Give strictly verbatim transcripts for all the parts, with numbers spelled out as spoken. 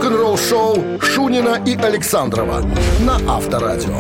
Рок-н-ролл-шоу Шунина и Александрова на Авторадио.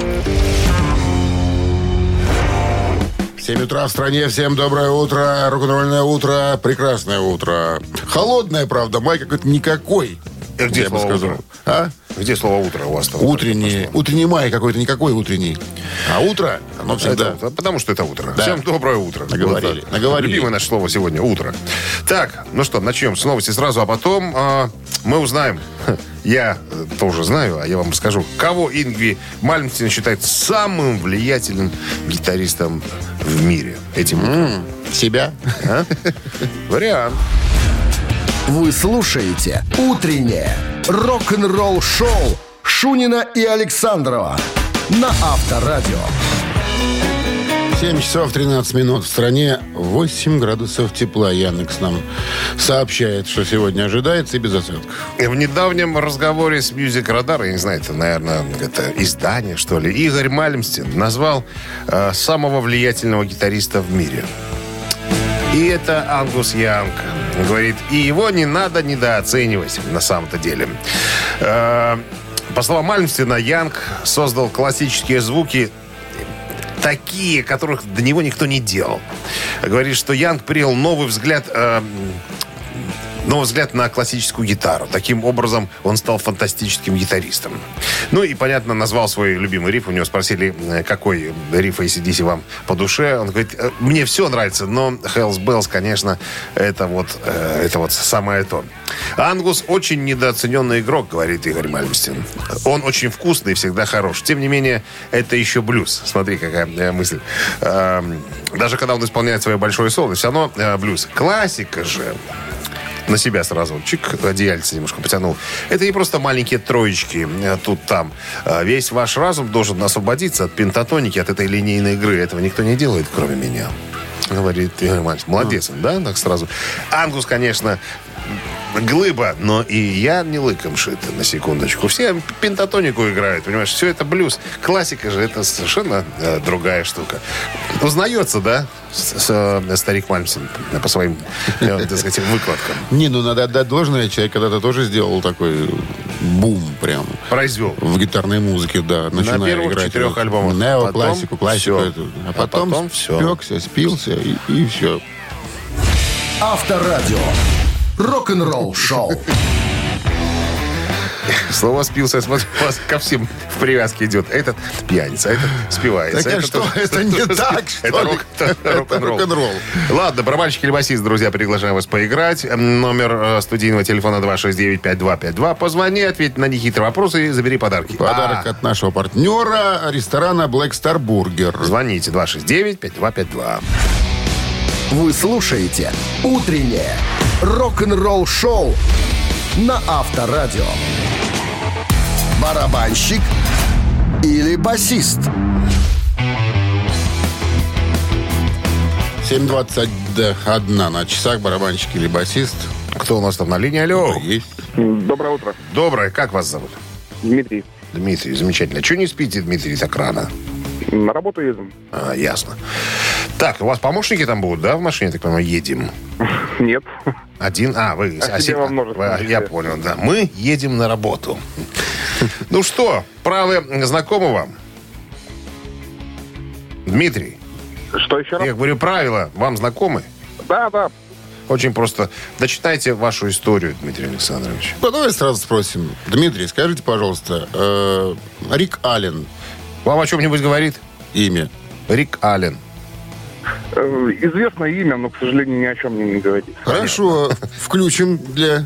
семь утра в стране. Всем доброе утро. Рок-н-ролльное утро. Прекрасное утро. Холодное, правда. Май какой-то никакой. А где я бы слово сказал. утро? А? Где слово утро у вас там? Утренний. Утренний май какой-то никакой утренний. А утро, оно всегда. Это, потому что это утро. Да. Всем доброе утро. Наговорили. Вот, Наговорили. Любимое наше слово сегодня — утро. Так, ну что, начнем с новости сразу, а потом э, мы узнаем. Я тоже знаю, а я вам расскажу, кого Ингви Мальмстен считает самым влиятельным гитаристом в мире этим утром. М-м, себя? А? Вариант. Вы слушаете «Утреннее рок-н-ролл-шоу» Шунина и Александрова на Авторадио. семь часов тринадцать минут. В стране восемь градусов тепла. Яндекс нам сообщает, что сегодня ожидается, и без осадков. В недавнем разговоре с Music Radar, я не знаю, это, наверное, это издание, что ли, Игорь Мальмстен назвал э, самого влиятельного гитариста в мире. И это Ангус Янг. Говорит, и его не надо недооценивать на самом-то деле. Э, по словам Мальмстена, Янг создал классические звуки, такие, которых до него никто не делал. Говорит, что Янг принял новый взгляд, э, новый взгляд на классическую гитару. Таким образом, он стал фантастическим гитаристом. Ну и, понятно, назвал свой любимый риф. У него спросили, какой риф эй си ди си вам по душе. Он говорит, мне все нравится, но Hells Bells, конечно, это вот, э, это вот самое то. Ангус очень недооцененный игрок, говорит Игорь Мальмстен. Он очень вкусный и всегда хорош. Тем не менее, это еще блюз. Смотри, какая мысль. Э, даже когда он исполняет свое большое соло, все равно э, блюз. Классика же. На себя сразу чик, одеяльце немножко потянул. Это не просто маленькие троечки тут-там. Весь ваш разум должен освободиться от пентатоники, от этой линейной игры. Этого никто не делает, кроме меня. Говорит Игорь Мальчик. Молодец, да, так сразу. Ангус, конечно, глыба, но и я не лыком шит, на секундочку. Все пентатонику играют, понимаешь? Все это блюз. Классика же, это совершенно э, другая штука. Узнается, да, с, с, э, старик Мальмстен по своим, э, так сказать, выкладкам. Не, ну надо отдать должное. Человек когда-то тоже сделал такой бум прям. Произвел. В гитарной музыке, да. Начиная На первых играть четырех альбомах. неоклассику, классику. Всё. Эту. А потом, а потом все. спекся, спился и, и все. Авторадио. Рок-н-ролл-шоу. Слово «спился», я смотрю, у вас ко всем в привязке идет. Этот пьяница, этот спивается. Так, а что, это не так, что Это ли? рок- это Это рок-н-ролл. рок-н-ролл. Ладно, барабанщик или басист, друзья, приглашаем вас поиграть. Номер э, студийного телефона два шесть девять пять два пять два. Позвони, ответь на нехитрые вопросы и забери подарки. Подарок А, от нашего партнера, ресторана Black Star Burger. Звоните два шесть девять пять два пять два. Вы слушаете «Утреннее рок-н-ролл-шоу» на Авторадио. Барабанщик или басист? семь двадцать один на часах, барабанщик или басист. Кто у нас там на линии? Алло. Есть. Доброе утро. Доброе. Как вас зовут? Дмитрий. Дмитрий, замечательно. Чего не спите, Дмитрий, так рано? На работу едем? А, ясно. Так, у вас помощники там будут, да, в машине, так понимаю, едем? Нет. Один? А, вы... А а, себе си- во множественном а, я числе. понял, да. Мы едем на работу. Ну что, правы знакомы вам? Дмитрий, Что еще раз? я говорю, правила вам знакомы? Да, да. Очень просто. Дочитайте вашу историю, Дмитрий Александрович. Ну, давай сразу спросим. Дмитрий, скажите, пожалуйста, э, Рик Аллен, Вам о чем-нибудь говорит? имя? Рик Аллен. Э, Известное имя, но, к сожалению, ни о чем мне не говорит. Хорошо, включим для...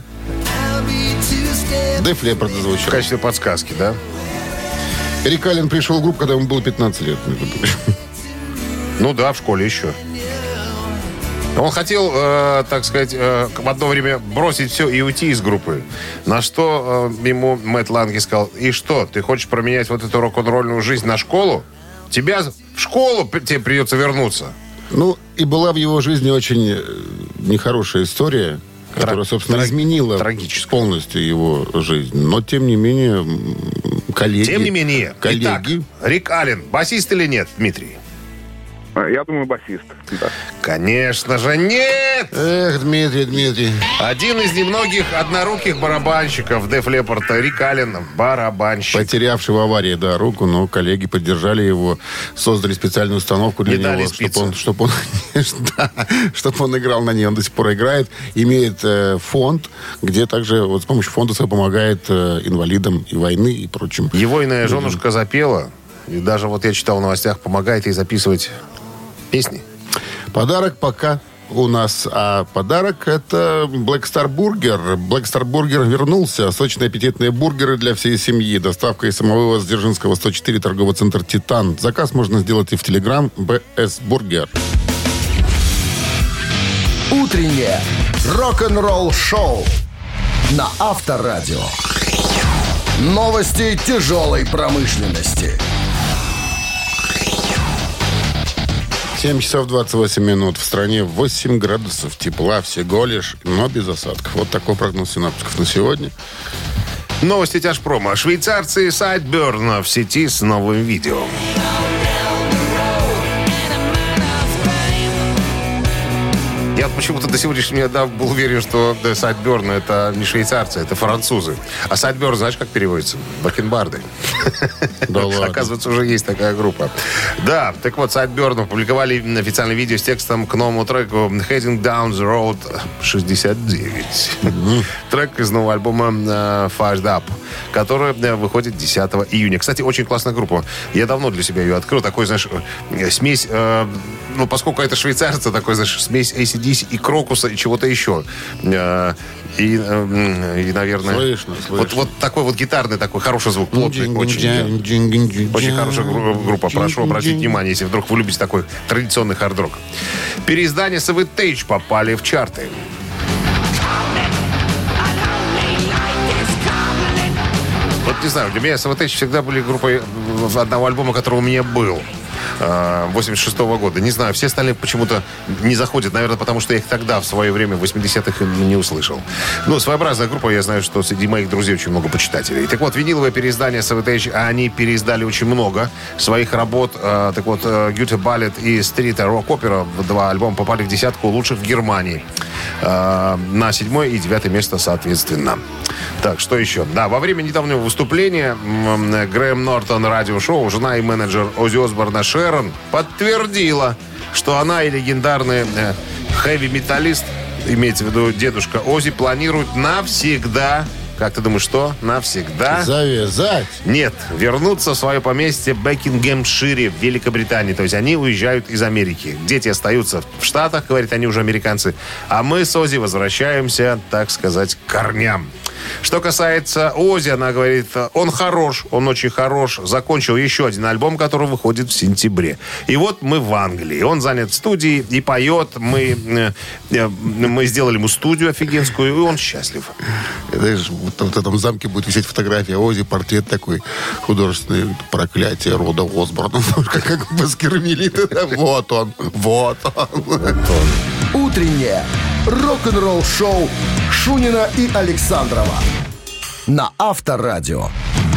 Деф Леппард В звучал. качестве подсказки, да? Рик Аллен пришел в группу, когда ему было пятнадцать лет. между прочим. Ну да, в школе еще. Он хотел, э, так сказать, э, в одно время бросить все и уйти из группы. На что э, ему Мэтт Ланги сказал: и что, ты хочешь променять вот эту рок-н-ролльную жизнь на школу? Тебя в школу при- тебе придется вернуться. Ну, и была в его жизни очень э, нехорошая история, которая, собственно, траг- изменила трагическая. полностью его жизнь. Но, тем не менее, м, коллеги... Тем не менее, коллеги... итак, Рик Аллен, басист или нет, Дмитрий? Я думаю, басист. Да. Конечно же, нет! Эх, Дмитрий, Дмитрий. Один из немногих одноруких барабанщиков Def Leppard, Рик Аллен, барабанщик. Потерявший в аварии, да, руку, но коллеги поддержали его, создали специальную установку для Не дали него, чтобы он, чтобы он, да, чтобы он играл на ней. Он до сих пор играет, имеет э, фонд, где также вот с помощью фонда своего помогает э, инвалидам и войны и прочим. Его иная женушка запела, и даже вот я читал в новостях, помогает ей записывать песни. Подарок пока у нас, а подарок это Black Star Burger. Black Star Burger вернулся. Сочные аппетитные бургеры для всей семьи. Доставка из самого Дзержинского, сто четыре, торговый центр «Титан». Заказ можно сделать и в Телеграм бэ эс Бургер. Утреннее рок-н-ролл-шоу на Авторадио. Новости тяжелой промышленности. семь часов двадцать восемь минут. В стране восемь градусов тепла всего лишь, но без осадков. Вот такой прогноз синоптиков на сегодня. Новости тяжпрома. Швейцарцы Sideburn в сети с новым видео. Я почему-то до сегодняшнего дня был уверен, что Sideburn это не швейцарцы, это французы. А Sideburn, знаешь, как переводится? Бакенбарды. Да ладно. Оказывается, уже есть такая группа. Да, так вот, Sideburn опубликовали официальное видео с текстом к новому треку Heading Down the Road шестьдесят девять. Трек из нового альбома Fired Up, который выходит десятого июня. Кстати, очень классная группа. Я давно для себя ее открыл. Такой, знаешь, смесь... Ну, поскольку это швейцарцы, такой, знаешь, смесь эй си ди си и Крокуса и чего-то еще. И, и наверное... Слышно, слышно. Вот, вот такой вот гитарный, такой хороший звук, плотный. Очень, очень хорошая группа. Прошу обратить внимание, если вдруг вы любите такой традиционный хард-рок. Переиздания Savatage попали в чарты. Вот не знаю, для меня Savatage всегда были группой одного альбома, который у меня был. восемьдесят шестого года. Не знаю, все остальные почему-то не заходят. Наверное, потому что я их тогда, в свое время, в восьмидесятых, не услышал. Ну, своеобразная группа. Я знаю, что среди моих друзей очень много почитателей. Так вот, виниловое переиздание Savatage, они переиздали очень много своих работ. Так вот, Guitar Ballet и Street Rock Opera, два альбома, попали в десятку лучших в Германии. На седьмое и девятое место, соответственно. Так, что еще? Да, во время недавнего выступления Грэм Нортон радиошоу, жена и менеджер Оззи Осборна Шерон подтвердила, что она и легендарный э, хэви-металлист, имеется в виду дедушка Оззи, планируют навсегда, как ты думаешь, что? Навсегда? Завязать? Нет, вернуться в свое поместье Бекингемшире в Великобритании. То есть они уезжают из Америки. Дети остаются в Штатах, говорят, они уже американцы. А мы с Оззи возвращаемся, так сказать, к корням. Что касается Оззи, она говорит, он хорош, он очень хорош. Закончил еще один альбом, который выходит в сентябре. И вот мы в Англии. Он занят в студии и поет. Мы, мы сделали ему студию офигенскую, и он счастлив. Знаешь, вот в этом замке будет висеть фотография Оззи, портрет такой художественный, проклятие рода Осборна. Как Баскервилей. Вот он, вот он. Утреннее рок-н-ролл-шоу Шунина и Александрова на Авторадио.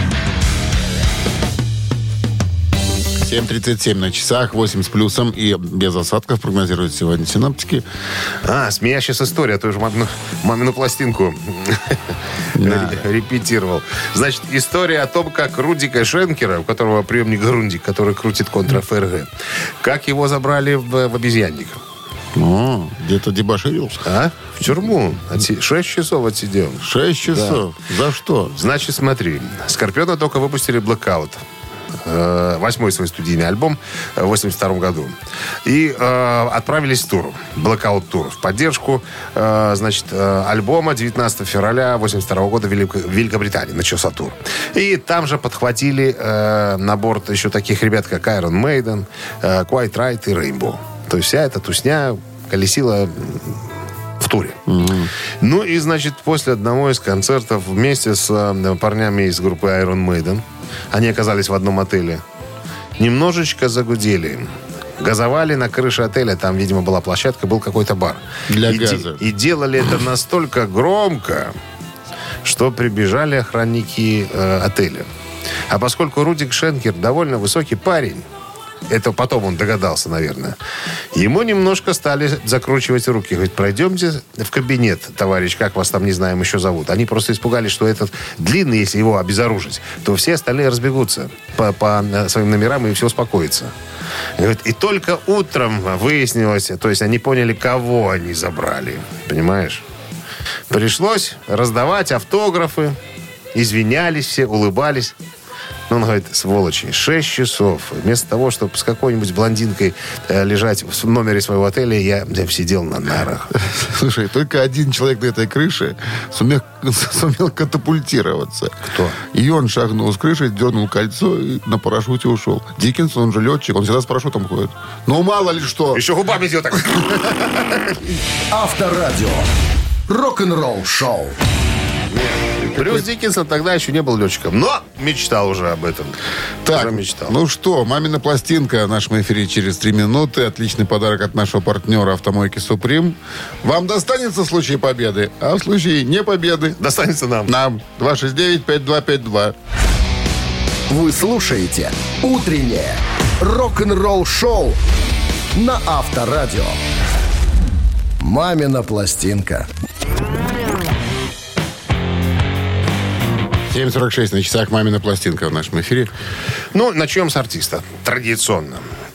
семь тридцать семь на часах, восемь с плюсом и без осадков прогнозируют сегодня синоптики. А, с меня сейчас история, тоже мамину, мамину пластинку репетировал. Значит, история о том, как Рудика Шенкера, у которого приемник Грундик, который крутит контр-ФРГ, как его забрали в, в обезьянник. О, где-то дебоширился. А? В тюрьму. Отси... Шесть часов отсидел. Шесть часов? Да. За что? Значит, смотри. Скорпионы только выпустили Blackout. Восьмой свой студийный альбом в восемьдесят втором году. И э, отправились в тур. Blackout тур. В поддержку э, значит, э, альбома девятнадцатого февраля восемьдесят второго года в Велик... Великобритании начался тур. И там же подхватили э, на борт еще таких ребят, как Iron Maiden, э, Quiet Riot и Rainbow. То есть вся эта тусня колесила в туре. Mm-hmm. Ну и, значит, после одного из концертов вместе с э, парнями из группы Iron Maiden, они оказались в одном отеле, немножечко загудели. Газовали на крыше отеля. Там, видимо, была площадка, был какой-то бар. Для и газа. Де- и делали это настолько громко, что прибежали охранники э, отеля. А поскольку Рудик Шенкер довольно высокий парень, Это потом он догадался, наверное. Ему немножко стали закручивать руки. Говорит, пройдемте в кабинет, товарищ, как вас там, не знаем, еще зовут. Они просто испугались, что этот длинный, если его обезоружить, то все остальные разбегутся по, по своим номерам, и все успокоится. Говорит, и только утром выяснилось, то есть они поняли, кого они забрали. Понимаешь? Пришлось раздавать автографы, извинялись все, улыбались. Ну, он говорит, сволочи, шесть часов. Вместо того, чтобы с какой-нибудь блондинкой э, лежать в номере своего отеля, я, я сидел на нарах. Слушай, только один человек на этой крыше сумел, сумел катапультироваться. Кто? И он шагнул с крыши, дернул кольцо и на парашюте ушел. Диккенсон, он же летчик, он всегда с парашютом ходит. Ну, мало ли что. Еще губами делал так. Авторадио. Рок-н-ролл шоу. Брюс Диккенсон тогда еще не был летчиком, но мечтал уже об этом. Так, уже мечтал. Ну что, «Мамина пластинка» в нашем эфире через три минуты. Отличный подарок от нашего партнера «Автомойки Суприм». Вам достанется в случае победы, а в случае не победы достанется нам. Нам. два шесть девять пять два пять два. Вы слушаете «Утреннее рок-н-ролл шоу» на Авторадио. «Мамина пластинка». семь сорок шесть на часах «Мамина пластинка» в нашем эфире. Ну, начнем с артиста. Традиционно.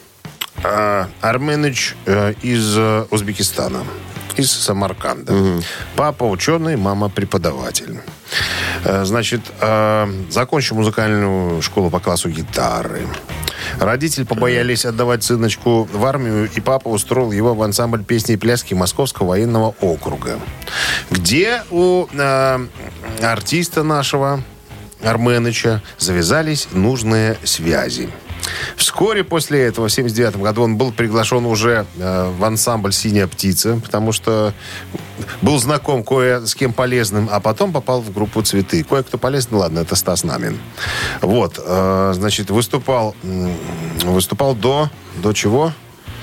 А, Арменыч э, из э, Узбекистана. Из Самарканда. Угу. Папа ученый, мама преподаватель. Э, значит, э, закончил музыкальную школу по классу гитары. Родители побоялись отдавать сыночку в армию, и папа устроил его в ансамбль песни и пляски Московского военного округа, где у э, артиста нашего, Арменыча, завязались нужные связи. Вскоре после этого, в семьдесят девятом году, он был приглашен уже э, в ансамбль «Синяя птица», потому что был знаком кое с кем полезным, а потом попал в группу «Цветы». Кое-кто полезный, ладно, это Стас Намин. Вот, э, значит, выступал, выступал до, до чего?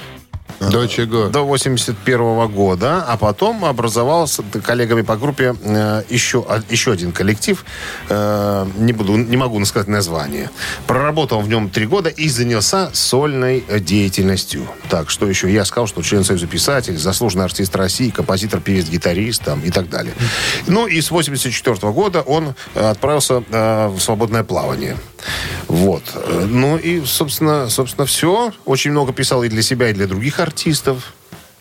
До чего? До восемьдесят первого года, а потом образовался коллегами по группе э, еще, еще один коллектив, э, не, буду, не могу сказать название. Проработал в нем три года и занялся сольной деятельностью. Так, что еще? Я сказал, что член Союза писателей, заслуженный артист России, композитор, певец, гитарист там, и так далее. Ну и с восемьдесят четвёртого года он отправился э, в свободное плавание. Вот. Ну и, собственно, собственно, все. Очень много писал и для себя, и для других артистов. артистов,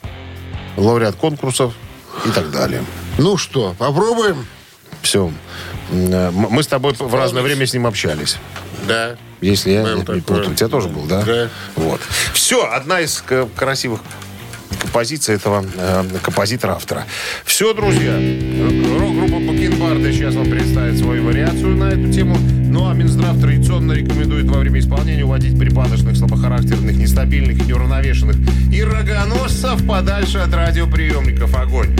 лауреат конкурсов и так далее. Ну что, попробуем? Все. Мы с тобой в разное время с ним общались. Да. Если я не путаю. У тебя тоже был, да? Да. Вот. Все, одна из красивых композиций этого э, композитора-автора. Все, друзья. Рок-группа Бакенбарды сейчас вам представит свою вариацию на эту тему. Ну, а Минздрав традиционно рекомендует во время исполнения уводить припадочных, слабохарактерных, нестабильных и неуравновешенных и рогоносцев подальше от радиоприемников. Огонь!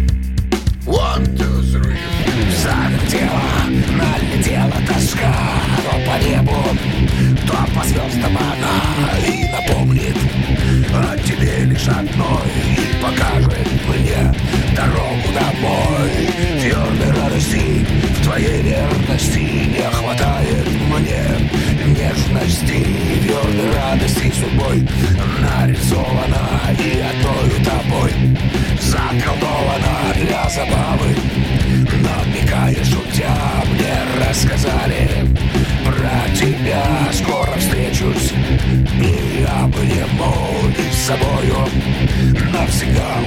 One, two, three. Залетела, налетела тоска, но по небу, кто по звездам она и напомнит о тебе лишь одной и покажет мне дорогу домой. Твердой радости в твоей верности не хватает мне нежности, твердой радости судьбой нарисована и одною тобой заколдована для забавы. Намекая, шутя, мне рассказали про тебя. Скоро встречусь и обниму, и с собою навсегда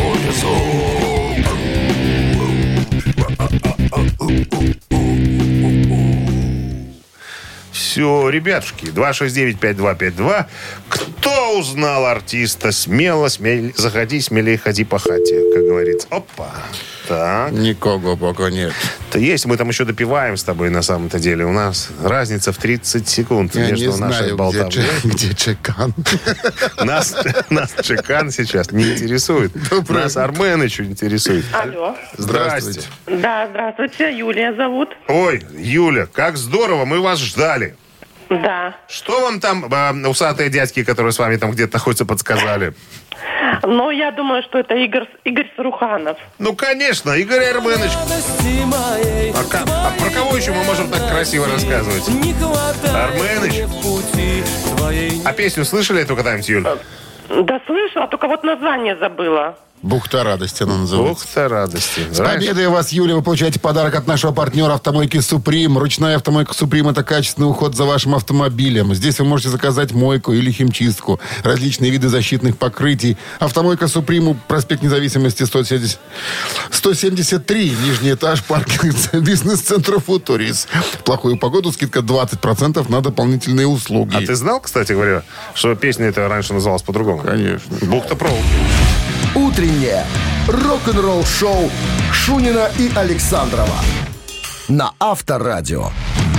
увезу. Все, ребятушки, два шесть девять пять два пять два. Кто узнал артиста? Смело, смелее, заходи, смелее ходи по хате, как говорится. Опа. Так. Никого пока нет. То есть, мы там еще допиваем с тобой на самом-то деле. У нас разница в тридцать секунд Я между не нашей знаю, болтовней. где, где Чекан. Нас, нас Чекан сейчас не интересует. Доброе Нас Арменыч интересует. Алло. Здрасте. Да, здравствуйте. Юлия зовут. Ой, Юля, как здорово, мы вас ждали. Да. Что вам там э, усатые дядьки, которые с вами там где-то находятся, подсказали? Но я думаю, что это Игорь, Игорь Саруханов. Ну, конечно, Игорь Арменович. А, как- а про кого еще мы можем так красиво рассказывать? Арменович. А песню слышали эту когда-нибудь, Юль? Да слышала, только вот название забыла. «Бухта радости» она называется. Бухта радости. С победой вас, Юлия, вы получаете подарок от нашего партнера «Автомойки Суприм». Ручная «Автомойка Суприм» — это качественный уход за вашим автомобилем. Здесь вы можете заказать мойку или химчистку, различные виды защитных покрытий. «Автомойка Суприм», проспект Независимости, сто семьдесят, сто семьдесят три, нижний этаж, паркинг бизнес-центра «Футурис». В плохую погоду скидка двадцать процентов на дополнительные услуги. А ты знал, кстати говоря, что песня эта раньше называлась по-другому? Конечно. Бухта проволоки. Утреннее рок-н-ролл-шоу Шунина и Александрова на Авторадио.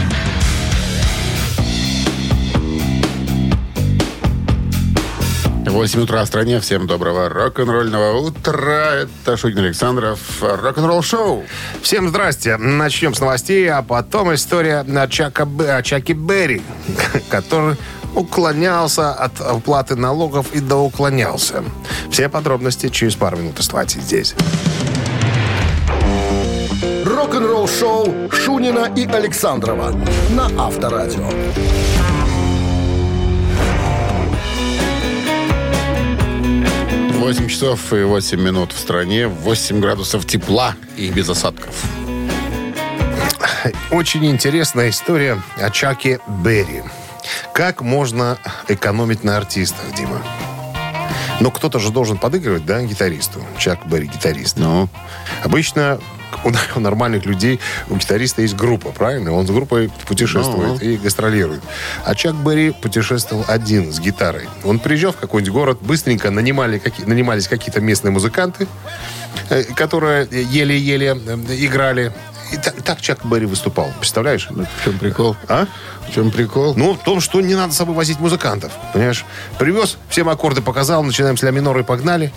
восемь утра в стране. Всем доброго рок-н-ролльного утра. Это Шунин Александров. Рок-н-ролл шоу. Всем здрасте. Начнем с новостей, а потом история о, Чака, о Чаке Берри, который уклонялся от уплаты налогов и доуклонялся. Все подробности через пару минут. Оставайтесь здесь. Рок-н-ролл-шоу Шунина и Александрова на Авторадио. восемь часов и восемь минут в стране. восемь градусов тепла и без осадков. Очень интересная история о Чаке Берри. Как можно экономить на артистах, Дима? Но кто-то же должен подыгрывать, да, гитаристу. Чак Берри гитарист. Ну, Обычно у, у нормальных людей, у гитариста есть группа, правильно? Он с группой путешествует Ну. и гастролирует. А Чак Берри путешествовал один с гитарой. Он приезжал в какой-нибудь город, быстренько нанимали, какие, нанимались какие-то местные музыканты, э, которые еле-еле э, играли. И так, так Чак Берри выступал. Представляешь? в чем прикол? А? В чем прикол? Ну, в том, что не надо с собой возить музыкантов. Понимаешь? Привез, всем аккорды показал, начинаем с ля минора и погнали.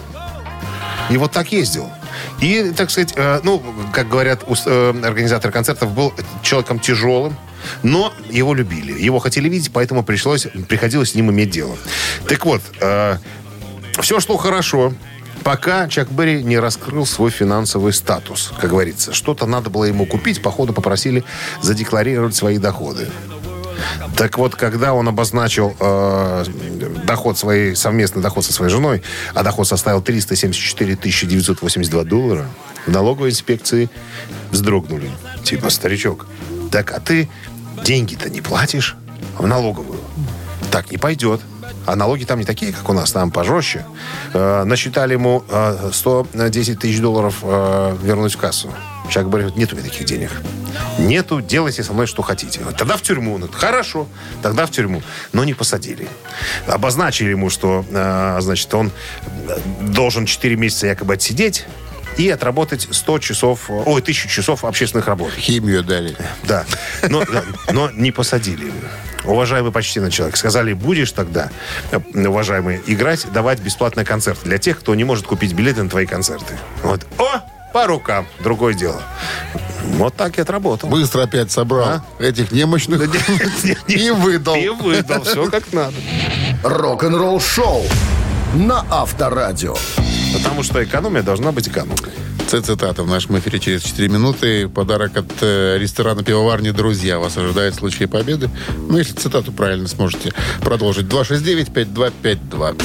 И вот так ездил. И, так сказать, э, ну, как говорят ус- э, организаторы концертов, был человеком тяжелым, но его любили. Его хотели видеть, поэтому пришлось, приходилось с ним иметь дело. Так вот, э, все шло хорошо, пока Чак Берри не раскрыл свой финансовый статус. Как говорится, что-то надо было ему купить, походу попросили задекларировать свои доходы. Так вот, когда он обозначил э, доход своей, совместный доход со своей женой, а доход составил триста семьдесят четыре тысячи девятьсот восемьдесят два доллара, в налоговой инспекции вздрогнули. Типа, старичок, так а ты деньги-то не платишь в налоговую? Так не пойдет. А налоги там не такие, как у нас, там пожестче. Э, насчитали ему э, сто десять тысяч долларов э, вернуть в кассу. Человек говорит, нет у меня таких денег. Нету, делайте со мной что хотите. Тогда в тюрьму. Ну, хорошо, тогда в тюрьму. Но не посадили. Обозначили ему, что э, значит, он должен четыре месяца якобы отсидеть и отработать сто часов, ой, тысячу часов общественных работ. Химию дали. Да. Но, но не посадили. Уважаемый почтенный человек, сказали, будешь тогда, уважаемый, играть, давать бесплатный концерт для тех, кто не может купить билеты на твои концерты. Вот. О, по рукам. Другое дело. Вот так и отработал. Быстро опять собрал А? этих немощных и выдал. И выдал. Все как надо. Рок-н-ролл-шоу на Авторадио. Потому что экономия должна быть экономной. Цитата в нашем эфире через четыре минуты. Подарок от э, ресторана «Пивоварни Друзья» вас ожидает в случае победы. Ну, если цитату правильно сможете продолжить. два шесть девять пять два пять два.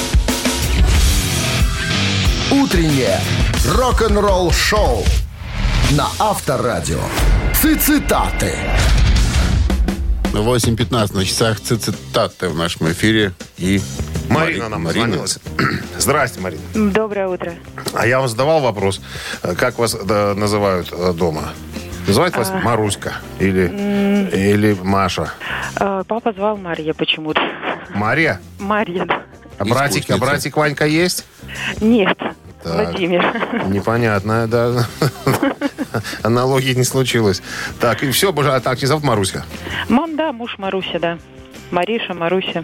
Утреннее рок-н-ролл-шоу на Авторадио. Цитаты. восемь пятнадцать на часах. Цитаты в нашем эфире. И Марина Мари- нам Марина. позвонилась. Здрасте, Марина. Доброе утро. А я вам задавал вопрос, э, как вас да, называют э, дома? Называют вас Маруська или, или Маша? Э, Папа звал Марья почему-то. Мария? Марья. да. А братик, а Искусница. братик Ванька есть? Нет, Так. Владимир. Непонятно, да. Аналогии не случилось. Так, и все, боже, а так не зовут Маруська? Мам, да, муж Маруся, да. Мариша, Маруся.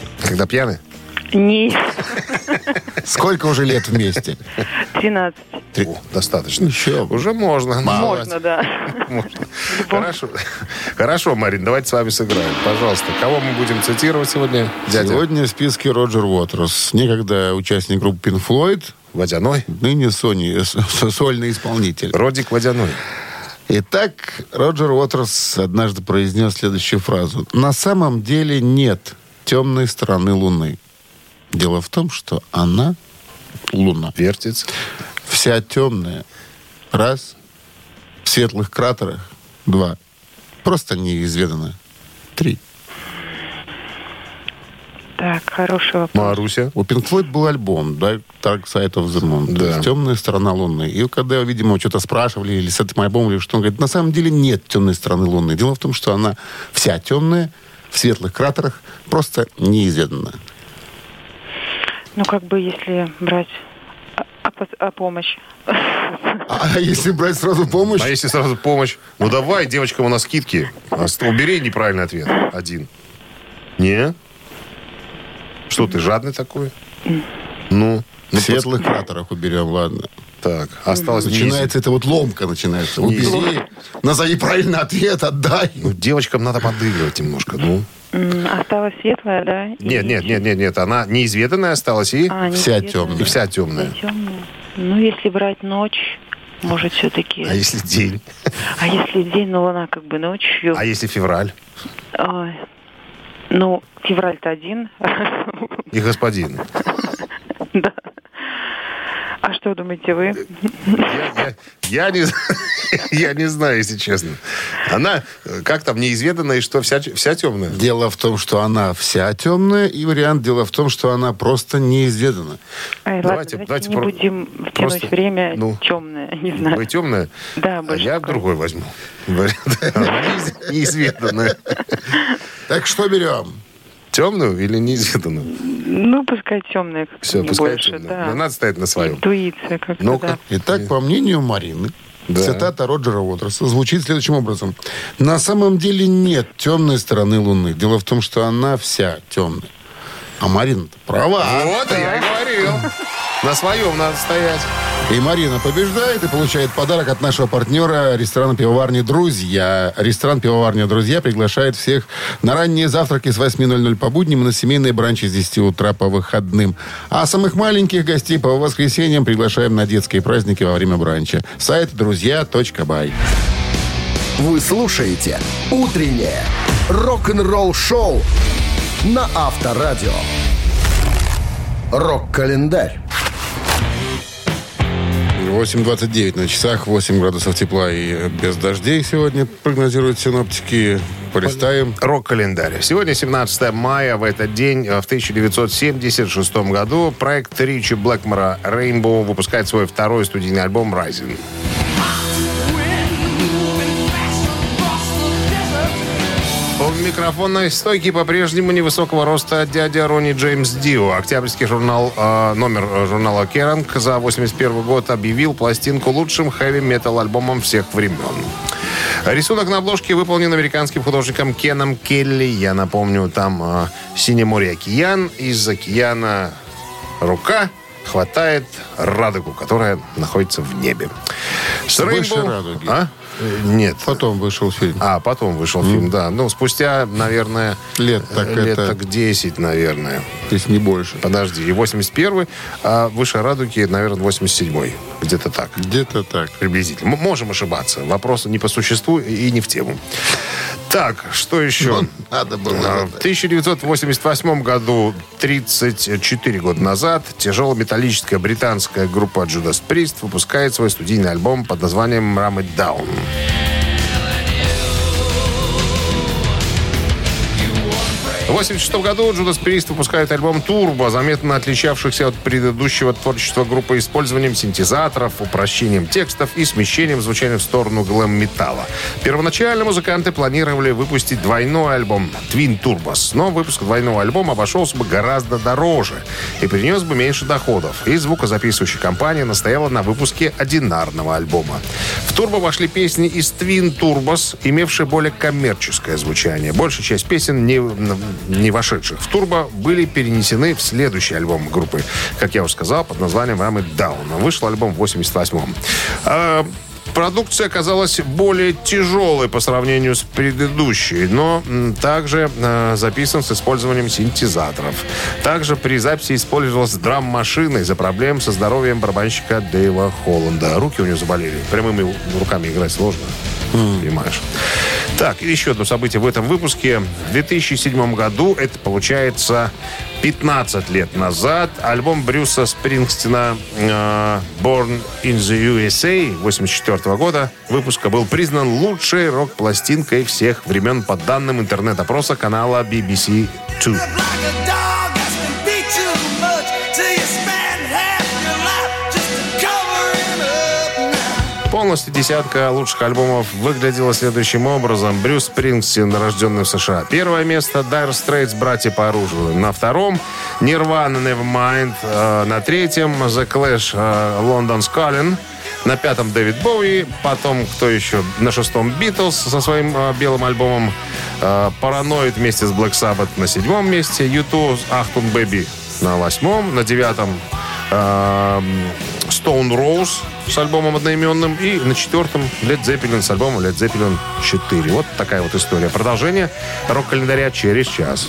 Когда пьяный? Не, Сколько уже лет вместе? тринадцать. Три. О, достаточно. Еще. Уже можно. Можно, да. Можно. Хорошо. Хорошо, Марин, давайте с вами сыграем. Пожалуйста. Кого мы будем цитировать сегодня, дядя? Сегодня в списке Роджер Уотерс. Некогда участник группы Pink Floyd. Водяной. Ныне Sony, сольный исполнитель. Родик Водяной. Итак, Роджер Уотерс однажды произнес следующую фразу. На самом деле нет темной стороны Луны. Дело в том, что она, Луна, Вертится. вся темная. Раз. В светлых кратерах. Два. Просто неизведанная. Три. Так, хороший вопрос. Маруся. У Pink Floyd был альбом Dark Side of the Moon. Да. То есть темная сторона Луны. И когда, видимо, что-то спрашивали или с этим альбомом, или что, он говорит, на самом деле нет темной стороны Луны. Дело в том, что она вся темная, в светлых кратерах, просто неизведанная. Ну, как бы, если брать а, а, а помощь. А если брать сразу помощь? А если сразу помощь? Ну, давай, девочкам у нас скидки. А ст- Убери неправильный ответ. Один. Не? Что ты, жадный такой? Ну, В светлых кратерах уберем, ладно. так, осталось Начинается это вот ломка начинается. Низ. Убери, назови правильный ответ, отдай. Ну, девочкам надо подыгрывать немножко, ну. М, Осталась светлая, да? И- Нет, нет, нет, нет, нет. Она неизведанная осталась и, А, не Вся светлая. темная. и вся темная. Вся темная. Ну, если брать ночь, может, все-таки... А если день? А если день, ну, луна как бы ночью. А если февраль? Ой. Ну, февраль-то один. И господин. Да. А что думаете вы? Я, я- я не, я не знаю, если честно. Она, э, как там, неизведанная, и что, вся, вся темная? Дело в том, что она вся темная, и вариант дело в том, что она просто неизведанная. Ай, Давайте- ладно, давайте не про- будем втянуть просто, время ну, темное, не знаю. Вы темная? Да, А больше я такое. другой возьму. Вариант. Она неиз- Неизведанная. Так что берем? Темную или неизведанную? Ну, пускай темное как-то Все, не пускай больше, темную. да. Но надо стоять на своем. Интуиция как-то, Ну-ка. да. Итак, по мнению Марины, Да. цитата Роджера Уотерса звучит следующим образом. На самом деле нет темной стороны Луны. Дело в том, что она вся темная. А Марина-то права. Вот, я и говорил. На своем надо стоять. И Марина побеждает и получает подарок от нашего партнера ресторана «Пивоварни Друзья». Ресторан «Пивоварня Друзья» приглашает всех на ранние завтраки с восьми ноль-ноль по будням и на семейные бранчи с десяти утра по выходным. А самых маленьких гостей по воскресеньям приглашаем на детские праздники во время бранча. Сайт друзья точка бай. Вы слушаете «Утреннее рок-н-ролл-шоу» на Авторадио. Рок-календарь. восемь двадцать девять на часах, восемь градусов тепла и без дождей сегодня прогнозируют синоптики. Полистаем. Рок-календарь. Сегодня семнадцатое мая. В этот день, в тысяча девятьсот семьдесят шестом году, проект Ричи Блэкмора «Rainbow» выпускает свой второй студийный альбом «Rising». В микрофонной стойке по-прежнему невысокого роста дядя Ронни Джеймс Дио. Октябрьский журнал, э, номер журнала «Керранг» за восемьдесят первый год объявил пластинку лучшим хэви-метал альбомом всех времен. Рисунок на обложке выполнен американским художником Кеном Келли. Я напомню, там э, синее море, океан. Из океана рука хватает радугу, которая находится в небе. С Больше Rainbow- радуги. А? Э, Нет. Потом вышел фильм. А, потом вышел фильм, да. Ну, спустя, наверное, Лет так лет это- так десять, наверное. Если не больше. Подожди, и восемьдесят первый, а «Выше радуги», наверное, восемьдесят седьмой. Где-то так. Где-то так. Приблизительно. Мы можем ошибаться. Вопрос не по существу и не в тему. Так, что еще? Надо было. А, В тысяча девятьсот восемьдесят восьмом году, тридцать четыре года назад, тяжелометаллическая британская группа Judas Priest выпускает свой студийный альбом под названием «Ram It Down». В восемьдесят шестом году Judas Priest выпускает альбом «Турбо», заметно отличавшихся от предыдущего творчества группы использованием синтезаторов, упрощением текстов и смещением звучания в сторону глэм-металла. Первоначально музыканты планировали выпустить двойной альбом «Twin Turbos», но выпуск двойного альбома обошелся бы гораздо дороже и принес бы меньше доходов, и звукозаписывающая компания настояла на выпуске одинарного альбома. В турбо вошли песни из Twin Turbos, имевшие более коммерческое звучание. Большая часть песен, не, не вошедших в турбо, были перенесены в следующий альбом группы, как я уже сказал, под названием «Ram It Down». Вышел альбом в восемьдесят восьмом. А, продукция оказалась более тяжелой по сравнению с предыдущей, но м, также э, записан с использованием синтезаторов. Также при записи использовалась драм-машина из-за проблем со здоровьем барабанщика Дэйва Холланда. Руки у него заболели. Прямыми руками играть сложно. Mm. Понимаешь. Так, и еще одно событие в этом выпуске. В две тысячи седьмом году, это получается пятнадцать лет назад, альбом Брюса Спрингстина э, «Born in the ю эс эй» восемьдесят четвёртого года выпуска был признан лучшей рок-пластинкой всех времен по данным интернет-опроса канала би би си два. Полностью десятка лучших альбомов выглядела следующим образом. Брюс Спрингстин, рожденный в США. Первое место Dire Straits, братья по оружию. На втором Nirvana, Nevermind. Э, на третьем The Clash, э, London Calling. На пятом Дэвид Боуи. Потом, кто еще? На шестом Битлз со своим э, белым альбомом. Э, Paranoid вместе с Black Sabbath на седьмом месте. ю два Achtung Baby на восьмом. На девятом э, Stone Rose с альбомом одноименным. И на четвертом Led Zeppelin с альбомом Led Zeppelin четыре. Вот такая вот история. Продолжение рок-календаря через час.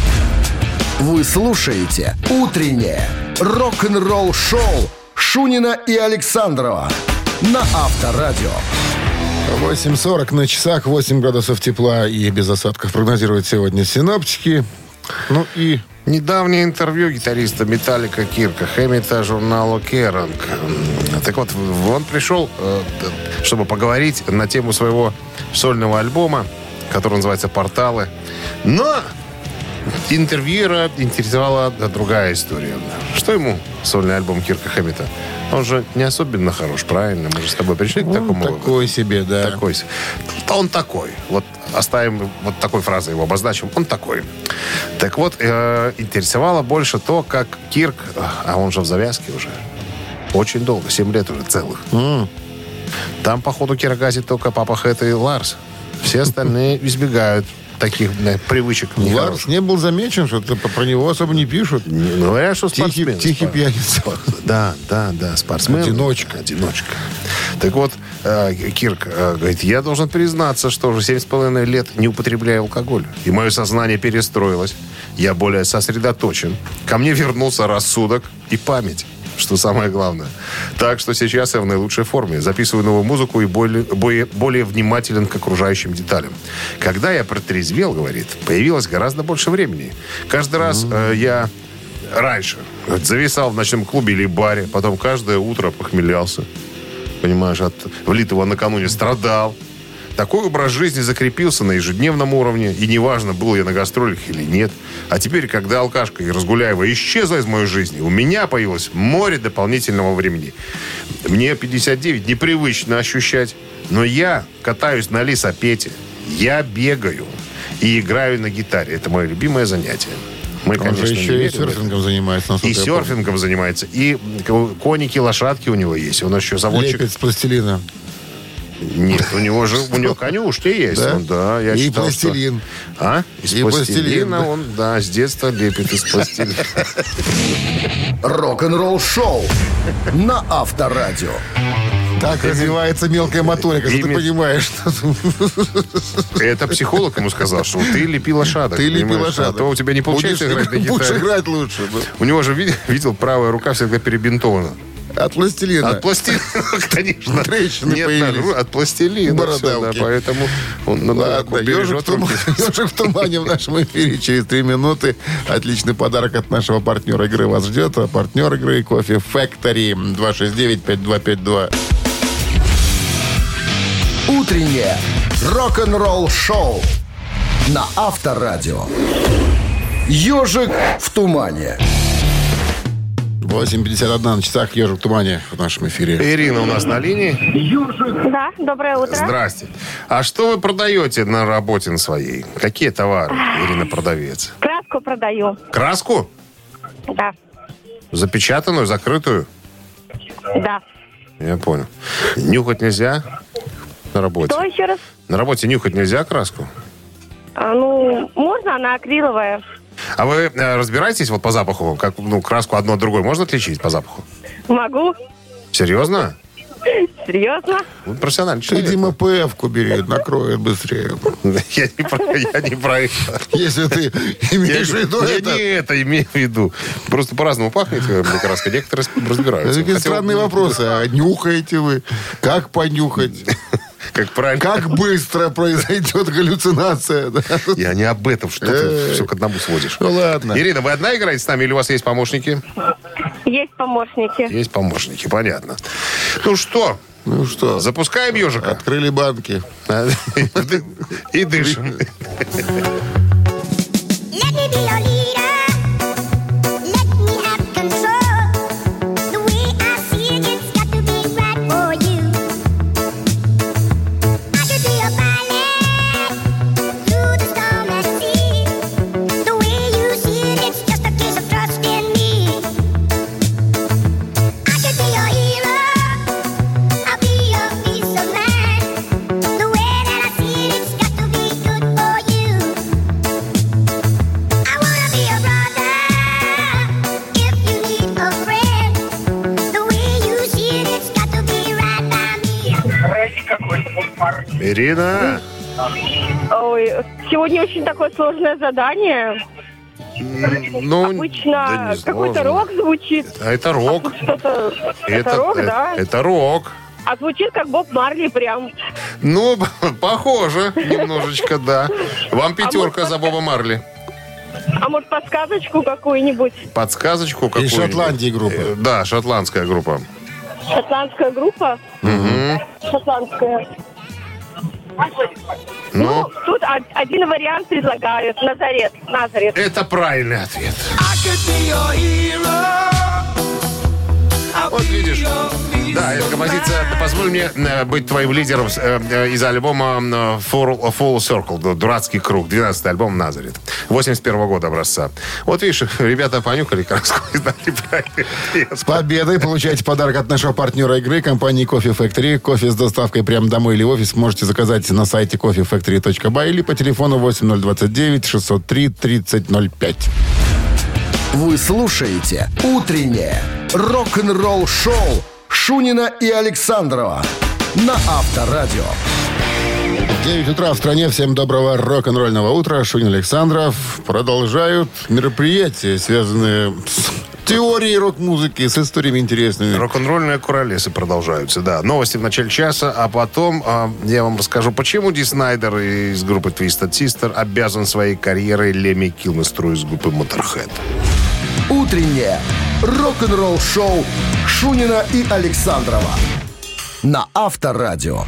Вы слушаете «Утреннее рок-н-ролл-шоу» Шунина и Александрова на Авторадио. восемь сорок на часах, восемь градусов тепла и без осадков прогнозируют сегодня синоптики. Ну и... Недавнее интервью гитариста Металлика Кирка Хэммита журналу Kerrang. Так вот, он пришел, чтобы поговорить на тему своего сольного альбома, который называется «Порталы». Но интервьюера интересовала другая история. Что ему сольный альбом Кирка Хэммита? Он же не особенно хорош, правильно? Мы же с тобой пришли к такому... Он такой себе, да. Такой. Он такой. Вот оставим вот такой фразой его обозначим. Он такой. Так вот, э, интересовало больше то, как Кирк, а он же в завязке уже, очень долго, семь лет уже целых. Mm. Там, походу, кирогазит только Папа Хэт и Ларс. Все остальные избегают таких да, привычек. Ларс не был замечен, что про него особо не пишут. Не, ну, говорят, что спортсмен. Тихий, тихий пьяница. Да, да, да, спортсмен. Одиночка. Одиночка. Так вот, э, Кирк э, говорит, я должен признаться, что уже семь с половиной лет не употребляю алкоголь. И мое сознание перестроилось. Я более сосредоточен. Ко мне вернулся рассудок и память. Что самое главное. Так что сейчас я в наилучшей форме. Записываю новую музыку и более, более, более внимателен к окружающим деталям. Когда я протрезвел, говорит, появилось гораздо больше времени. Каждый раз mm-hmm. э, я раньше говорит, зависал в ночном клубе или баре, потом каждое утро похмелялся. Понимаешь, от влитого накануне страдал. Такой образ жизни закрепился на ежедневном уровне, и неважно, был я на гастролях или нет. А теперь, когда алкашка и Разгуляева исчезла из моей жизни, у меня появилось море дополнительного времени. Мне пятьдесят девять, непривычно ощущать, но я катаюсь на лесопете, я бегаю и играю на гитаре. Это мое любимое занятие. Мы, Он конечно, же еще и серфингом занимается. И серфингом занимается, и коники, лошадки у него есть. Он еще заводчик. Лепит с пластилина. Нет, у него же у него конюшни есть. Да? Он, да, я и читал, пластилин. Что... А? Из и пластилина пластилин, да. Он, да, с детства лепит из пластилина. Рок-н-ролл-шоу на Авторадио. Так развивается мелкая моторика, что ты понимаешь. Это психолог ему сказал, что ты лепи лошадок. Ты лепи лошадок. А то у тебя не получается играть на гитаре. Будешь играть лучше. У него же, видел, правая рука всегда перебинтована. От пластилина. От пластилина, конечно. Трещины Нет, появились. от пластилина. Бородавки. Все, да, поэтому он Ладно, ежик в, тумане, ежик в тумане в нашем эфире через три минуты. Отличный подарок от нашего партнера игры вас ждет. А партнер игры Кофе Factory. два шесть девять пять два пять два. Утреннее рок-н-ролл-шоу на Авторадио. Ежик в тумане. восемь пятьдесят один на часах. Ежик в тумане в нашем эфире. Ирина у нас на линии. Да, доброе утро. Здрасте. А что вы продаете на работе на своей? Какие товары, Ирина, продавец? Краску продаю. Краску? Да. Запечатанную, закрытую? Да. Я понял. Нюхать нельзя? на работе? Что еще раз? На работе нюхать нельзя краску? А, ну, можно, она акриловая. А вы э, разбираетесь вот по запаху? Как, ну, краску одну от другой можно отличить по запаху? Могу. Серьезно? Серьезно? Вы профессиональный Ты, человек. Дима, ПФ-ку бери, накроет быстрее. Я не про, я не про это. Если ты имеешь в виду Я это. не это имею в виду. Просто по-разному пахнет э, краска. Некоторые разбираются. Такие Хотя, странные вопросы. А нюхаете вы? Как понюхать? Как правильно? Как быстро произойдет галлюцинация? Да? Я не об этом. Что ты все к одному сводишь? Ну ладно. Ирина, вы одна играете с нами или у вас есть помощники? Есть помощники. Есть помощники, понятно. Ну что, Ну что, запускаем ежика. открыли банки. И дышим. Let me be your leader. Let me have control. The way I see it, it's got to be right for you. I could be your pilot through the storm and sea. The way you see it, it's just a case of trust in me. I could be your hero. I'll be your peace of mind. The way that I see it, it's got to be good for you. I wanna be your brother if you need a friend. The way you see it, it's got to be right by me. Ирина, Ой, сегодня очень такое сложное задание. ну, да Обычно не какой-то сложно. рок звучит. А это рок. Что-то... Это, рок, э- да? Это рок. А звучит как Боб Марли прям. Ну, похоже, немножечко, да. Вам пятерка может, за Боба Марли. А может, подсказочку какую-нибудь? Подсказочку какую-нибудь. Из Шотландии группа. Э, Да, шотландская группа. Шотландская группа? Шотландская. Ну, Ну, тут од- один вариант предлагают. Назарет. Назарет. это правильный ответ. Вот видишь. Да, эта композиция «Позволь мне э, быть твоим лидером» э, э, из альбома э, Full, Full Circle, ду- «Дурацкий круг», двенадцатый альбом «Назарет», восемьдесят первого года образца. Вот видишь, ребята понюхали краску и дали правильный ответ. С победой получаете подарок от нашего партнера игры, компании Coffee Factory. Кофе с доставкой прямо домой или в офис можете заказать на сайте кофе фэктори точка бай или по телефону восемь ноль два девять шестьсот три тридцать ноль пять. Вы слушаете «Утреннее рок-н-ролл-шоу» Шунина и Александрова на Авторадио. девять утра в стране. Всем доброго рок-н-ролльного утра. Шунин, Александров продолжают мероприятия, связанные с теорией рок-музыки, с историями интересными. Рок-н-ролльные куролесы продолжаются, да. Новости в начале часа, а потом а, я вам расскажу, почему Ди Снайдер из группы Twisted Sister обязан своей карьерой Лемми Килмистеру из группы Motorhead. «Утреннее рок-н-ролл-шоу» Шунина и Александрова на Авторадио.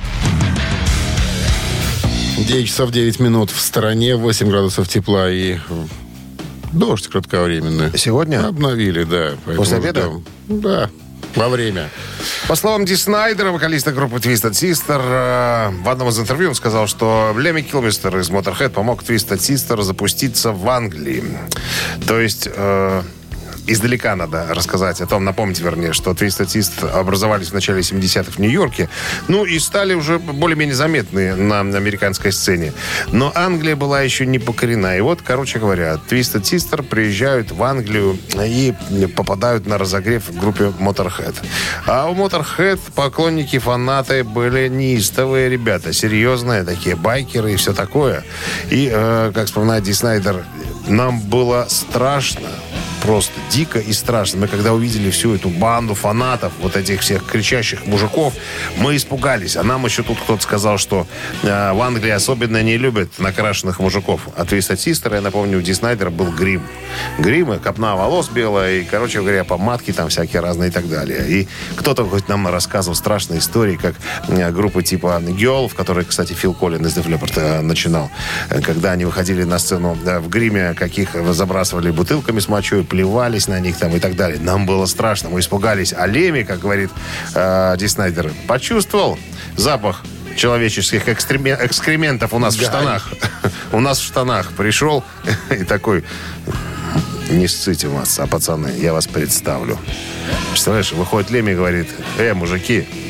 девять часов девять минут в стороне, восемь градусов тепла и дождь кратковременный. Сегодня? Обновили, да. поэтому После обеда? ждем. Да, во время. По словам Ди Снайдера, вокалиста группы Twisted Sister, э, в одном из интервью он сказал, что Лемми Килмистер из Motorhead помог Twisted Sister запуститься в Англии. То есть... э, Издалека надо рассказать о том, напомнить, вернее, что Twisted Sister образовались в начале семидесятых в Нью-Йорке, ну и стали уже более-менее заметны на американской сцене. Но Англия была еще не покорена. И вот, короче говоря, Twisted Sister приезжают в Англию и попадают на разогрев в группе Motorhead. А у Motorhead поклонники, фанаты были неистовые ребята, серьезные такие байкеры и все такое. И, э, как вспоминает Ди Снайдер, нам было страшно. Просто дико и страшно. Мы когда увидели всю эту банду фанатов, вот этих всех кричащих мужиков, мы испугались. А нам еще тут кто-то сказал, что э, в Англии особенно не любят накрашенных мужиков. А Twisted Sister, я напомню, у Ди Снайдера был грим. Грим, и копна волос белая, и, короче говоря, помадки там всякие разные и так далее. И кто-то хоть нам рассказывал страшные истории, как э, группы типа Girl, в которой, кстати, Фил Коллин из Def Leppard э, начинал. Э, когда они выходили на сцену э, в гриме, каких забрасывали бутылками с мочой, плевались на них там и так далее. Нам было страшно, мы испугались. А Лемми, как говорит э, Ди Снайдер, почувствовал запах человеческих экстреме- экскрементов у нас в штанах. У нас в штанах пришел и такой: не ссыте вас, а пацаны, я вас представлю. Представляешь, выходит Лемми и говорит: э, мужики,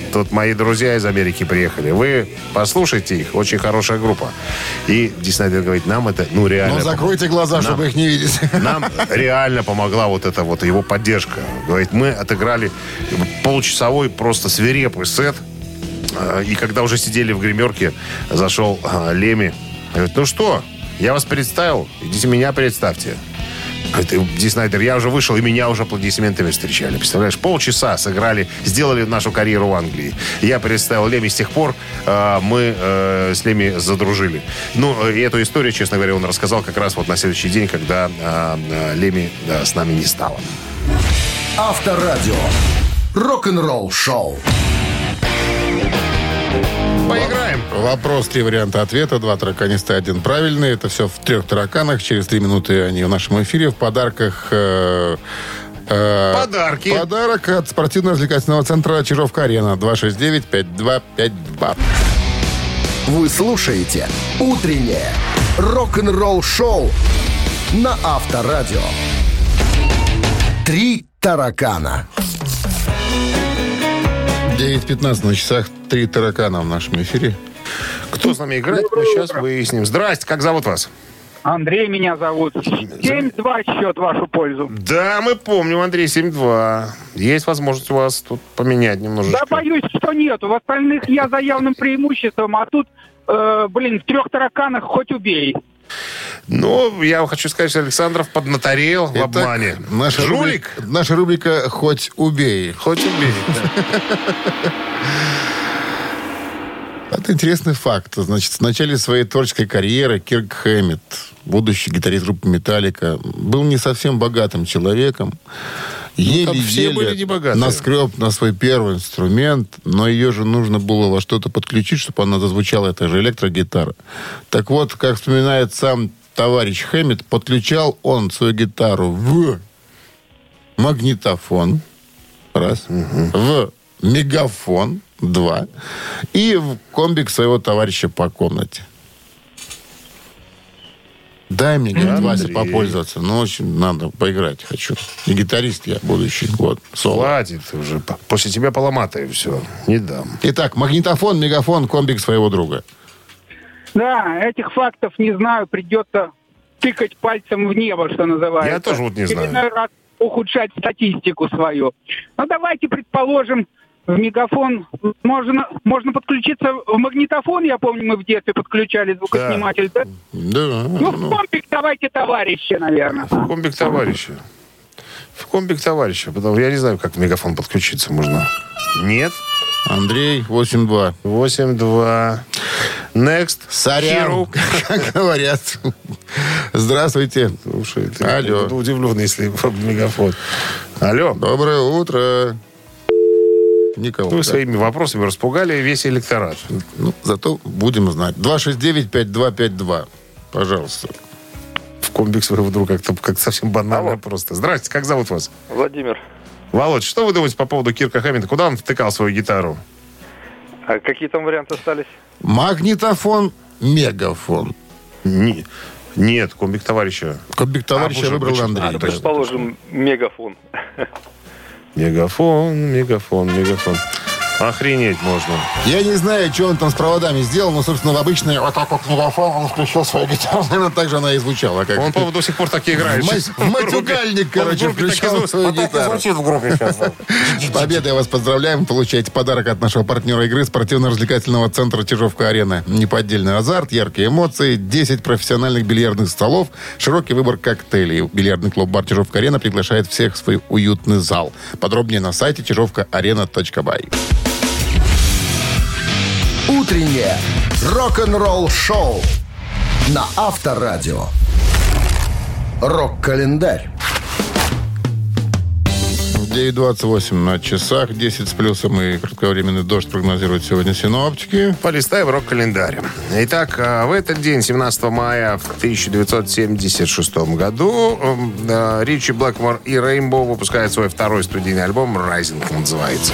Тут мои друзья из Америки приехали. Вы послушайте их. Очень хорошая группа. И Ди Снайдер говорит, нам это, ну, реально... Но закройте глаза, нам, чтобы их не видеть. Нам реально помогла вот эта вот его поддержка. Говорит, мы отыграли получасовой просто свирепый сет. И когда уже сидели в гримерке, зашел Леми. Говорит, ну что, я вас представил, идите меня представьте. Говорит, Ди Снайдер, я уже вышел, и меня уже аплодисментами встречали. Представляешь, полчаса сыграли, сделали нашу карьеру в Англии. Я представил Леми, с тех пор э, мы э, с Леми задружили. Ну, и эту историю, честно говоря, он рассказал как раз вот на следующий день, когда э, э, Леми э, с нами не стало. Авторадио. Рок-н-ролл шоу. Поиграем. Вопрос, три варианта ответа, два тараканиста, один правильный. Это все в трех тараканах. Через три минуты они в нашем эфире. В подарках... Э, э, Подарки. Подарок от спортивно-развлекательного центра Чижовка-Арена. два шесть девять пять два пять два. Вы слушаете «Утреннее рок-н-ролл шоу» на Авторадио. Три таракана. девять пятнадцать на часах. Три таракана в нашем эфире. Кто с нами играет, мы сейчас выясним. Здрасте, как зовут вас? Андрей меня зовут. семь-два счет в вашу пользу. Да, мы помним, Андрей, семь-два. Есть возможность у вас тут поменять немножечко. Да, боюсь, что нет. В остальных я за явным преимуществом, а тут, э, блин, в трех тараканах хоть убей. Ну, я хочу сказать, что Александров поднаторел в Итак, обмане. Наша Жулик? рубрика, наша рубрика «Хоть убей». Хоть убей. Это интересный факт. Значит, в начале своей творческой карьеры Кирк Хэммит, будущий гитарист группы «Металлика», был не совсем богатым человеком. Еле-еле наскреб на свой первый инструмент, но ее же нужно было во что-то подключить, чтобы она зазвучала, это же электрогитара. Так вот, как вспоминает сам товарищ Хэммит, подключал он свою гитару в магнитофон, раз, угу. в мегафон, два, и в комбик своего товарища по комнате. Дай мне, говорит, Вася, попользоваться. Ну, очень надо поиграть хочу. И гитарист я будущий. Вот, соло. Хватит уже. После тебя поломатое все. Не дам. Итак, магнитофон, мегафон, комбик своего друга. Да, этих фактов не знаю. Придется тыкать пальцем в небо, что называется. Я тоже вот не знаю. Или раз ухудшать статистику свою. Ну, давайте предположим, в мегафон можно, можно подключиться в магнитофон. Я помню, мы в детстве подключали звукосниматель. Да? Да. Ну, в комбик давайте товарища, наверное. В комбик товарища. В комбик товарища. Потому я не знаю, как в мегафон подключиться можно. Нет? Андрей, восемь-два. восемь-два. Next. Сорян, как говорят. Здравствуйте. Слушай, ты Алло. буду удивлен, если в мегафон. Алло. Доброе утро. Никого. Вы да? своими вопросами распугали весь электорат. Ну, зато будем знать. два шесть девять пять два пять два. Пожалуйста. В комбик своего друга как-то как совсем банально. Алло. Просто. Здрасте, как зовут вас? Владимир. Володь, что вы думаете по поводу Кирка Хэммита? Куда он втыкал свою гитару? А какие там варианты остались? Магнитофон, мегафон. Не, нет, комбик товарища. Комбик товарища а, выбрал Андрей. А, предположим, мегафон. Мегафон, мегафон, мегафон. Охренеть можно. Я не знаю, что он там с проводами сделал, но, собственно, в обычный вот так вот мегафон он включил свою гитару. Наверное, так же она и звучала. Как... Он, по-моему, до сих пор так и играет. В матюгальник, короче, включал свою гитару. Звучит в группе сейчас. С победой вас поздравляем. Получаете подарок от нашего партнера игры спортивно-развлекательного центра Чижовка-Арена. Неподдельный азарт, яркие эмоции, десять профессиональных бильярдных столов, широкий выбор коктейлей. Бильярдный клуб-бар Чижовка-Арена приглашает всех в свой уютный зал. Подробнее на сайте чижовка арена точка бай. Утреннее рок-н-ролл-шоу на Авторадио. Рок-календарь. девять двадцать восемь на часах, десять с плюсом и кратковременный дождь прогнозируют сегодня синоптики. Полистаем рок-календарь. Итак, в этот день, семнадцатого мая в тысяча девятьсот семьдесят шестом году, Ричи Блэкмор и Рейнбоу выпускают свой второй студийный альбом «Rising» называется.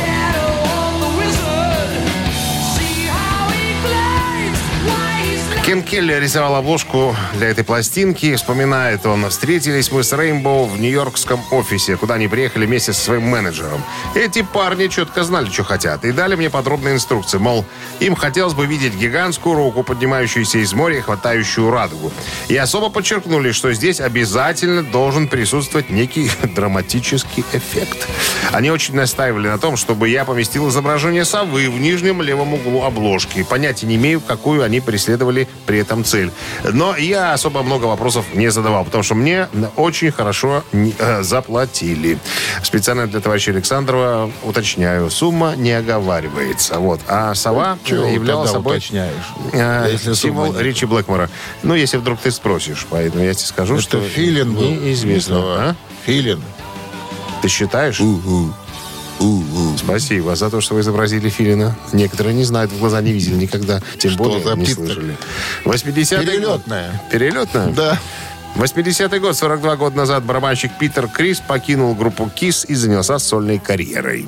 Кен Келли рисовал обложку для этой пластинки. Вспоминает он: встретились мы с Рейнбоу в нью-йоркском офисе, куда они приехали вместе со своим менеджером. Эти парни четко знали, что хотят, и дали мне подробные инструкции. Мол, им хотелось бы видеть гигантскую руку, поднимающуюся из моря и хватающую радугу. И особо подчеркнули, что здесь обязательно должен присутствовать некий драматический эффект. Они очень настаивали на том, чтобы я поместил изображение совы в нижнем левом углу обложки. Понятия не имею, какую они преследовали при этом цель. Но я особо много вопросов не задавал, потому что мне очень хорошо э, заплатили. Специально для товарища Александрова уточняю, сумма не оговаривается. Вот. А сова Чего являла собой э, если символ сумма Ричи Блэкмора. Ну, если вдруг ты спросишь, поэтому я тебе скажу, Это что филин был. неизвестно. А? Филин. Ты считаешь? У-у. У-у. Спасибо за то, что вы изобразили филина. Некоторые не знают, в глаза не видели никогда. Тем Что более за не птица? слышали. восьмидесятый Перелетная. год. Перелетная? Да. восьмидесятый год, сорок два года назад, барабанщик Питер Крис покинул группу Kiss и занялся сольной карьерой.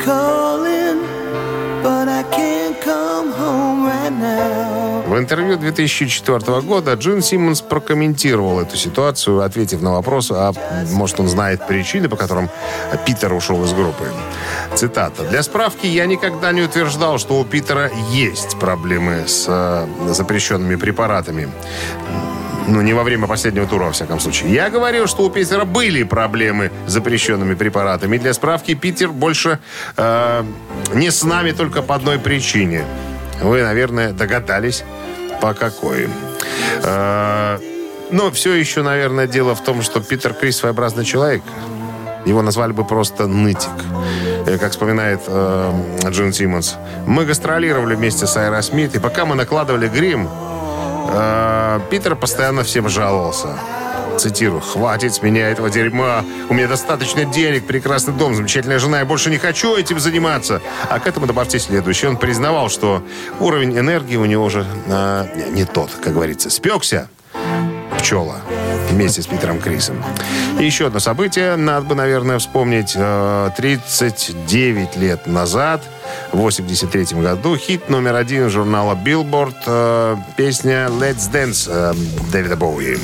В интервью две тысячи четвёртого года Джин Симмонс прокомментировал эту ситуацию, ответив на вопрос, а может он знает причины, по которым Питер ушел из группы. Цитата. «Для справки, я никогда не утверждал, что у Питера есть проблемы с э, запрещенными препаратами. Ну, не во время последнего тура, во всяком случае. Я говорил, что у Питера были проблемы с запрещенными препаратами. И для справки, Питер больше э, не с нами только по одной причине. Вы, наверное, догадались, по какой. Э, но все еще, наверное, дело в том, что Питер Крис своеобразный человек. Его назвали бы просто нытик. Как вспоминает э, Джин Симмонс. Мы гастролировали вместе с Аэросмит, и пока мы накладывали грим, э, Питер постоянно всем жаловался. Цитирую. «Хватит с меня этого дерьма. У меня достаточно денег, прекрасный дом, замечательная жена. Я больше не хочу этим заниматься». А к этому добавьте следующее. Он признавал, что уровень энергии у него уже э, не тот, как говорится. Спекся пчела вместе с Питером Крисом. И еще одно событие надо бы, наверное, вспомнить. тридцать девять лет назад, в восемьдесят третьем году, хит номер один журнала Billboard, песня «Let's Dance» Дэвида Боуи.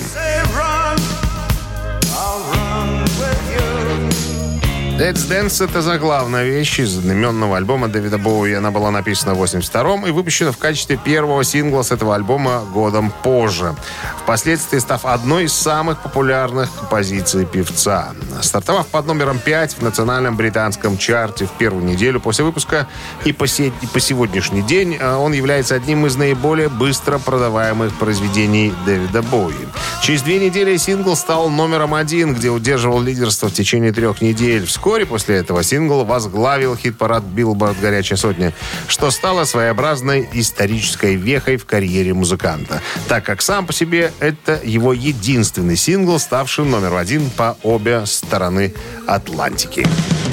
«Let's Dance» — это заглавная вещь из одноименного альбома Дэвида Боуи. Она была написана в восемьдесят втором и выпущена в качестве первого сингла с этого альбома годом позже, впоследствии став одной из самых популярных композиций певца. Стартовав под номером пять в национальном британском чарте в первую неделю после выпуска, и по, се- и по сегодняшний день он является одним из наиболее быстро продаваемых произведений Дэвида Боуи. Через две недели сингл стал номером один, где удерживал лидерство в течение трех недель. Вскоре после этого сингл возглавил хит-парад Billboard «Горячая сотня», что стало своеобразной исторической вехой в карьере музыканта, так как сам по себе это его единственный сингл, ставший номер один по обе стороны Атлантики.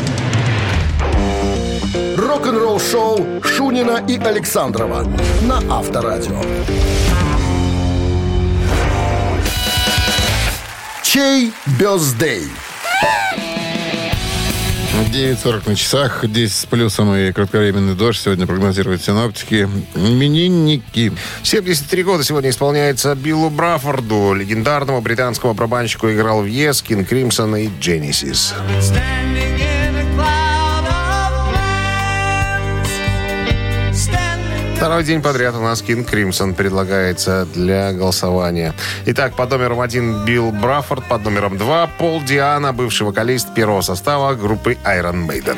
Рок-н-ролл-шоу Шунина и Александрова на Авторадио. Чей бёздей? девять сорок на часах, десять с плюсом и кратковременный дождь. Сегодня прогнозируют синоптики. Именинники. семьдесят три года сегодня исполняется Биллу Браффорду, легендарному британскому барабанщику. Играл в Yes, King Crimson и Genesis. Второй день подряд у нас King Crimson предлагается для голосования. Итак, под номером один Билл Браффорд, под номером два Пол Диано, бывший вокалист первого состава группы Iron Maiden.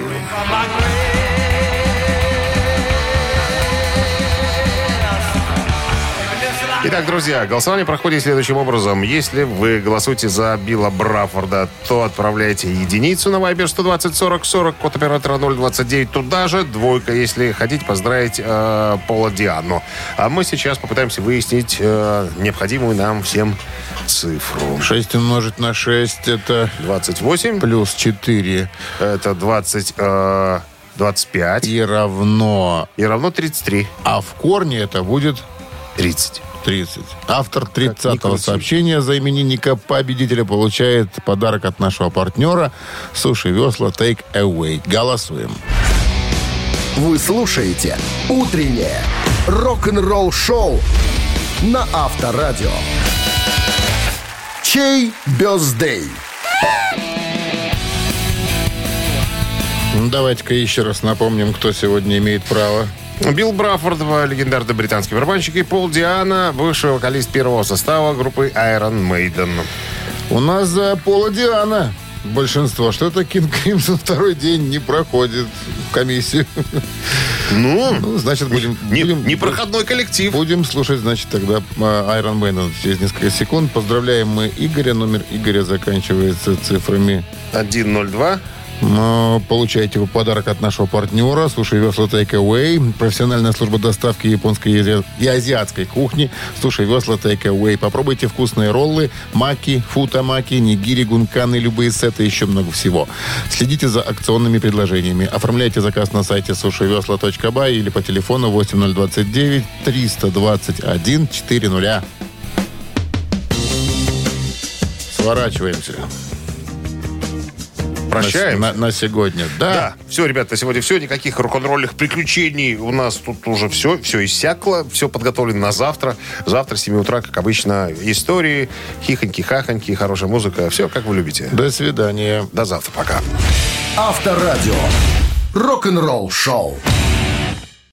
Итак, друзья, голосование проходит следующим образом. Если вы голосуете за Билла Браффорда, то отправляйте единицу на Viber сто двадцать сорок сорок, код оператора ноль двадцать девять. Туда же двойка, если хотите поздравить э, Пола Диано. А мы сейчас попытаемся выяснить э, необходимую нам всем цифру. шесть умножить на шесть это... двадцать восемь. Плюс четыре. Это двадцать... Э, двадцать пять. И равно... И равно тридцать три. А в корне это будет... тридцать. тридцать. Автор тридцатого сообщения за именинника победителя получает подарок от нашего партнера «Суши Весла Take Away». Голосуем. Вы слушаете «Утреннее рок-н-ролл-шоу» на Авторадио. Чей бёздей? Ну, давайте-ка еще раз напомним, кто сегодня имеет право. Билл Браффорд, легендарный британский барабанщик, и Пол Диана, бывший вокалист первого состава группы Iron Maiden. У нас за Пола Диана большинство. Что-то Кинг Кримсон второй день не проходит комиссию. Ну, ну значит, будем... Не, будем непроходной коллектив. Будем слушать, значит, тогда Iron Maiden через несколько секунд. Поздравляем мы Игоря. Номер Игоря заканчивается цифрами один ноль два. Получаете вы подарок от нашего партнера Суши Весла Take Away. Профессиональная служба доставки японской и азиатской кухни. Суши Весла Take Away. Попробуйте вкусные роллы, маки, футамаки, нигири, гунканы, любые сеты, еще много всего. Следите за акционными предложениями. Оформляйте заказ на сайте суши весла точка бай или по телефону восемь ноль два девять триста двадцать один четыреста. Сворачиваемся. Прощаемся. На, на сегодня, да. Да. Все, ребята, сегодня все. Никаких рок-н-ролльных приключений. У нас тут уже все, все иссякло. Все подготовлено на завтра. Завтра с семи утра, как обычно, истории, хихоньки-хахоньки, хорошая музыка. Все, как вы любите. До свидания. До завтра. Пока. Авторадио. Рок-н-ролл шоу.